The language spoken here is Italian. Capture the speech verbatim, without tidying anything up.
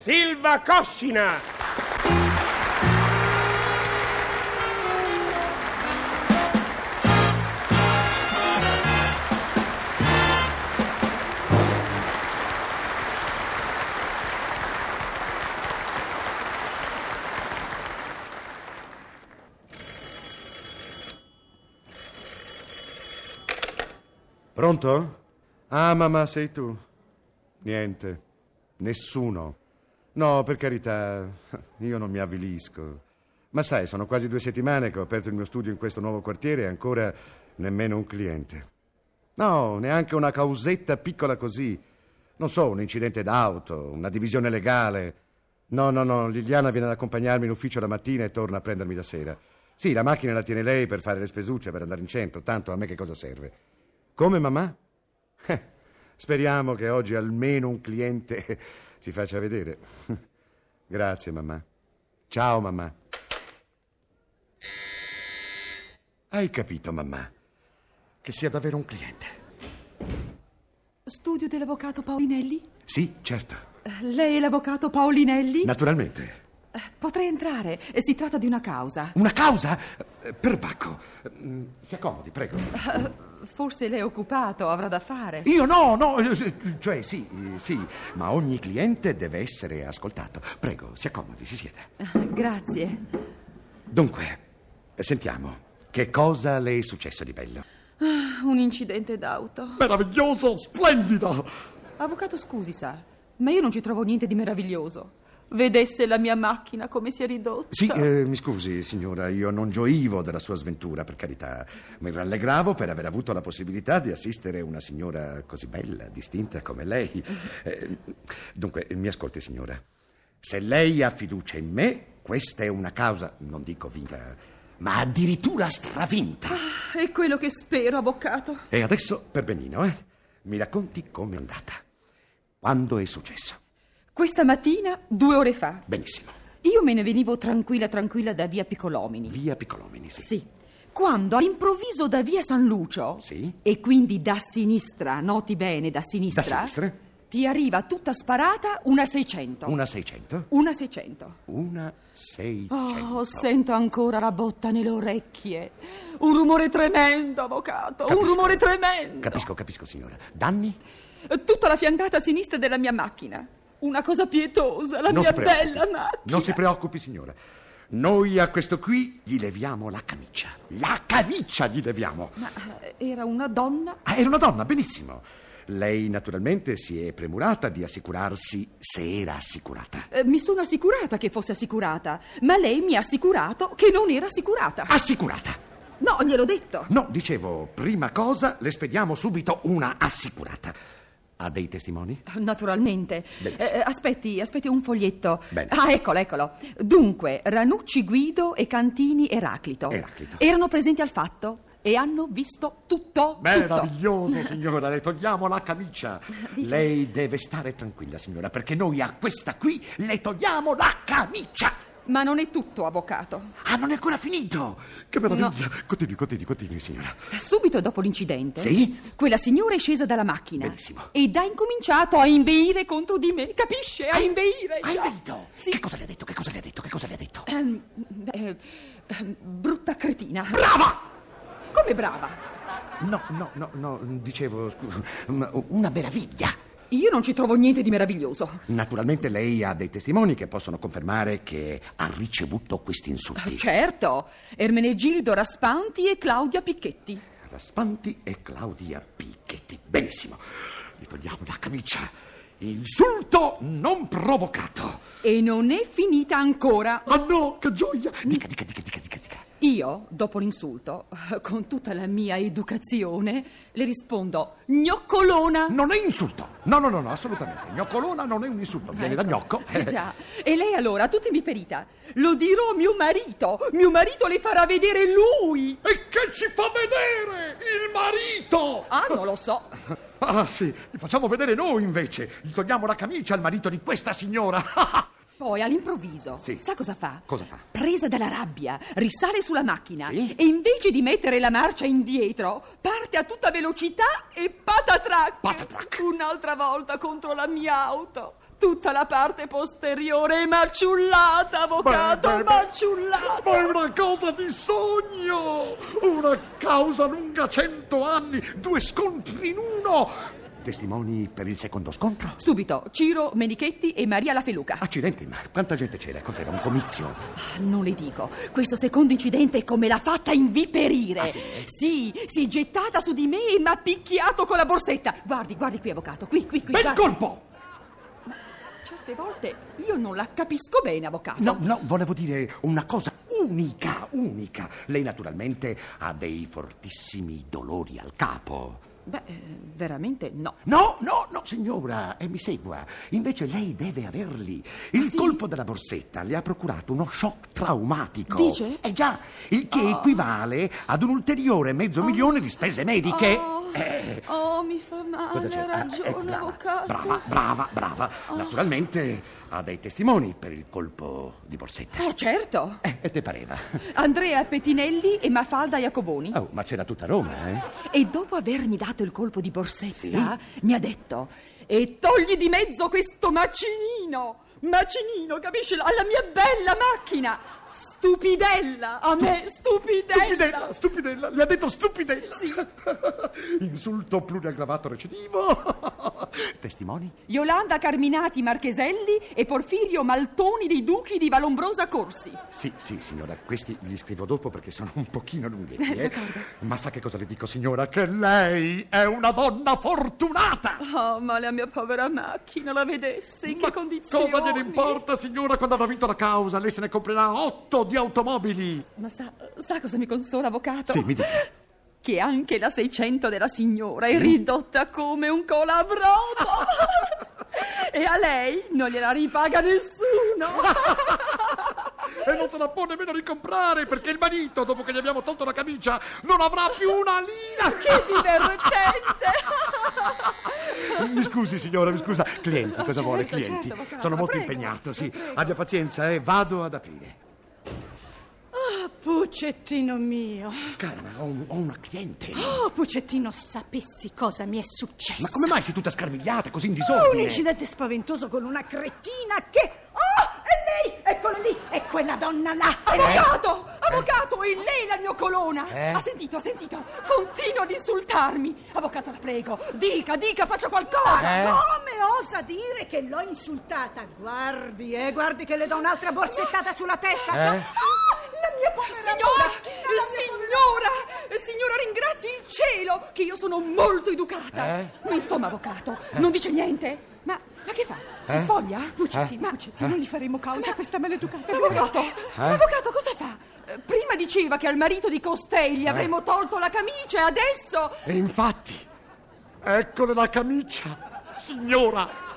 Silva Coscina. Pronto? Ah, mamma, sei tu? Niente. Nessuno. No, per carità, io non mi avvilisco. Ma sai, sono quasi due settimane che ho aperto il mio studio in questo nuovo quartiere e ancora nemmeno un cliente. No, neanche una causetta piccola così. Non so, un incidente d'auto, una divisione legale. No, no, no, Liliana viene ad accompagnarmi in ufficio la mattina e torna a prendermi la sera. Sì, la macchina la tiene lei per fare le spesucce, per andare in centro, tanto a me che cosa serve? Come, mamma? Eh, speriamo che oggi almeno un cliente si faccia vedere. Grazie, mamma. Ciao, mamma. Hai capito, mamma? Che sia davvero un cliente. Studio dell'avvocato Paolinelli? Sì, certo. Lei è l'avvocato Paolinelli? Naturalmente. Potrei entrare. Si tratta di una causa. Una causa? Perbacco. Si accomodi, prego. Forse lei è occupato, avrà da fare. Io no, no, cioè sì, sì, ma ogni cliente deve essere ascoltato. Prego, si accomodi, si sieda. Grazie. Dunque, sentiamo, che cosa le è successo di bello? Ah, un incidente d'auto. Meraviglioso, splendido. Avvocato, scusi, sa, ma io non ci trovo niente di meraviglioso. Vedesse la mia macchina come si è ridotta. Sì, eh, mi scusi, signora, io non gioivo della sua sventura, per carità. Mi rallegravo per aver avuto la possibilità di assistere una signora così bella, distinta come lei. Eh, dunque, mi ascolti, signora. Se lei ha fiducia in me, questa è una causa, non dico vinta, ma addirittura stravinta. Ah, è quello che spero, avvocato. E adesso, per benino, eh, mi racconti com'è andata. Quando è successo? Questa mattina, due ore fa. Benissimo. Io me ne venivo tranquilla tranquilla da via Piccolomini. Via Piccolomini, sì. Sì. Quando all'improvviso da via San Lucio, sì, e quindi da sinistra, noti bene, da sinistra, da sinistra, ti arriva tutta sparata una seicento. Una seicento? Una seicento. Una seicento. Oh, sento ancora la botta nelle orecchie. Un rumore tremendo, avvocato, capisco, un rumore tremendo. Capisco, capisco, signora. Danni? Tutta la fiancata sinistra della mia macchina. Una cosa pietosa, la non mia bella macchina. Non si preoccupi, signora. Noi a questo qui gli leviamo la camicia. La camicia gli leviamo. Ma era una donna? Ah, era una donna, benissimo. Lei naturalmente si è premurata di assicurarsi se era assicurata. Eh, mi sono assicurata che fosse assicurata, ma lei mi ha assicurato che non era assicurata. Assicurata? No, gliel'ho detto. No, dicevo, prima cosa le spediamo subito una assicurata. Ha dei testimoni? Naturalmente. Eh, aspetti, aspetti un foglietto. Bene. Ah, eccolo, eccolo. Dunque, Ranucci Guido e Cantini Eraclito. Eraclito. Erano presenti al fatto e hanno visto tutto. Meraviglioso, tutto. signora, le togliamo la camicia. Dice... Lei deve stare tranquilla, signora, perché noi a questa qui le togliamo la camicia. Ma non è tutto, avvocato. Ah, non è ancora finito. Che meraviglia. No. Continui, continui, continui, signora. Subito dopo l'incidente, sì, quella signora è scesa dalla macchina. Benissimo. Ed ha incominciato a inveire contro di me, capisce? A inveire. Ha già. inveito? Sì. Che cosa le ha detto? Che cosa le ha detto? Che cosa le ha detto? Um, eh, eh, brutta cretina. Brava! Come brava? No, no, no, no, dicevo, scusa, una meraviglia. Io non ci trovo niente di meraviglioso. Naturalmente lei ha dei testimoni che possono confermare che ha ricevuto questi insulti. Certo, Ermenegildo Raspanti e Claudia Picchetti. Raspanti e Claudia Picchetti. Benissimo. Gli togliamo la camicia. Insulto non provocato. E non è finita ancora. Ah no, che gioia. Dica, dica, dica, dica, dica, dica. Io, dopo l'insulto, con tutta la mia educazione, le rispondo gnoccolona. Non è insulto. No, no, no, no, assolutamente. Gnoccolona non è un insulto. Viene ecco. da gnocco. Eh già. E lei allora, tutta impiperita, lo dirò a mio marito. Mio marito le farà vedere lui. E che ci fa vedere? Il marito! Ah, non lo so. Ah, sì, li facciamo vedere noi invece. Gli togliamo la camicia al marito di questa signora. Poi all'improvviso, sì. sa cosa fa? Cosa fa? Presa dalla rabbia, risale sulla macchina, sì? E invece di mettere la marcia indietro, parte a tutta velocità e patatrac. Patatrac. Un'altra volta contro la mia auto. Tutta la parte posteriore è maciullata, avvocato, Beh, beh, beh. maciullata. Ma è una cosa di sogno! Una causa lunga cento anni, due scontri in uno! Testimoni per il secondo scontro? Subito, Ciro Menichetti e Maria La Feluca. Accidenti, ma quanta gente c'era? Cos'era, un comizio? Ah, non le dico, questo secondo incidente è come l'ha fatta inviperire. Ah, sì? Sì, si è gettata su di me e mi ha picchiato con la borsetta. Guardi, guardi qui, avvocato, qui, qui, qui. Bel guardi. colpo! Certe volte io non la capisco bene, avvocato. No, no, volevo dire una cosa unica, unica. Lei naturalmente ha dei fortissimi dolori al capo. Beh, eh, veramente no. No, no, no, signora, e mi segua. Invece lei deve averli. Il Sì? colpo della borsetta le ha procurato uno shock traumatico. Dice? Eh già, il che Oh. equivale ad un ulteriore mezzo milione di spese mediche. Oh, Eh. oh, mi fa male, Cosa c'è? ha Ah, ragione, ecco, brava, avvocato. brava, brava, brava. Naturalmente ha dei testimoni per il colpo di borsetta. Oh, certo. Eh, e te pareva? Andrea Pettinelli e Mafalda Iacoboni. Oh, ma c'era tutta Roma, eh? E dopo avermi dato il colpo di borsetta, Sì? mi ha detto: e togli di mezzo questo macinino, macinino, capisci? Alla mia bella macchina. Stupidella, a me, stupidella. Stupidella, stupidella, le ha detto stupidella. Sì. Insulto pluriaggravato recidivo. Testimoni? Yolanda Carminati Marcheselli e Porfirio Maltoni dei Duchi di Valombrosa Corsi. Sì, sì, signora, questi li scrivo dopo perché sono un pochino lunghetti, eh. D'accordo. Ma sa che cosa le dico, signora? Che lei è una donna fortunata. Oh, ma la mia povera macchina, la vedesse in che Ma condizioni? cosa gliene importa, signora, quando avrà vinto la causa? Lei se ne comprerà otto di automobili. Ma sa, sa cosa mi consola, avvocato? Sì, mi dica. Che anche la seicento della signora Sì? è ridotta come un colabrodo. E a lei non gliela ripaga nessuno. E non se la può nemmeno ricomprare perché il marito, dopo che gli abbiamo tolto la camicia, non avrà più una lira. Che divertente. Mi scusi, signora, mi scusa. Clienti, cosa Certo, vuole? certo, Clienti. avvocato, Sono la molto prego, impegnato, sì. la prego. Abbia pazienza, eh. Vado ad aprire. Puccettino mio. Cara, ma ho, un- ho una cliente. Oh, Puccettino, sapessi cosa mi è successo. Ma come mai sei tutta scarmigliata, così in Oh, un disordine? incidente spaventoso con una cretina che... Oh, è lei! Eccola lì! È quella donna là! Avvocato, avvocato, è lei la mia colonna. Eh? Ha sentito, ha sentito. Continua ad insultarmi. Avvocato, la prego, dica, dica, faccia qualcosa. Eh? Come osa dire che l'ho insultata? Guardi, eh, guardi che le do un'altra borsettata sulla testa. Eh? sa- Ah, la mia povera Signora, macchina, la mia signora, signora, ringrazi il cielo che io sono molto educata. Eh? Ma insomma, avvocato, non dice niente? Ma, ma che fa? Si Eh? spoglia? Puccettino, Ma, Puccettino, non gli faremo causa a questa maleducata. avvocato, avvocato, cosa fa? Eh, Prima diceva che al marito di Costelli avremmo tolto la camicia e adesso... E infatti, eccole la camicia, signora.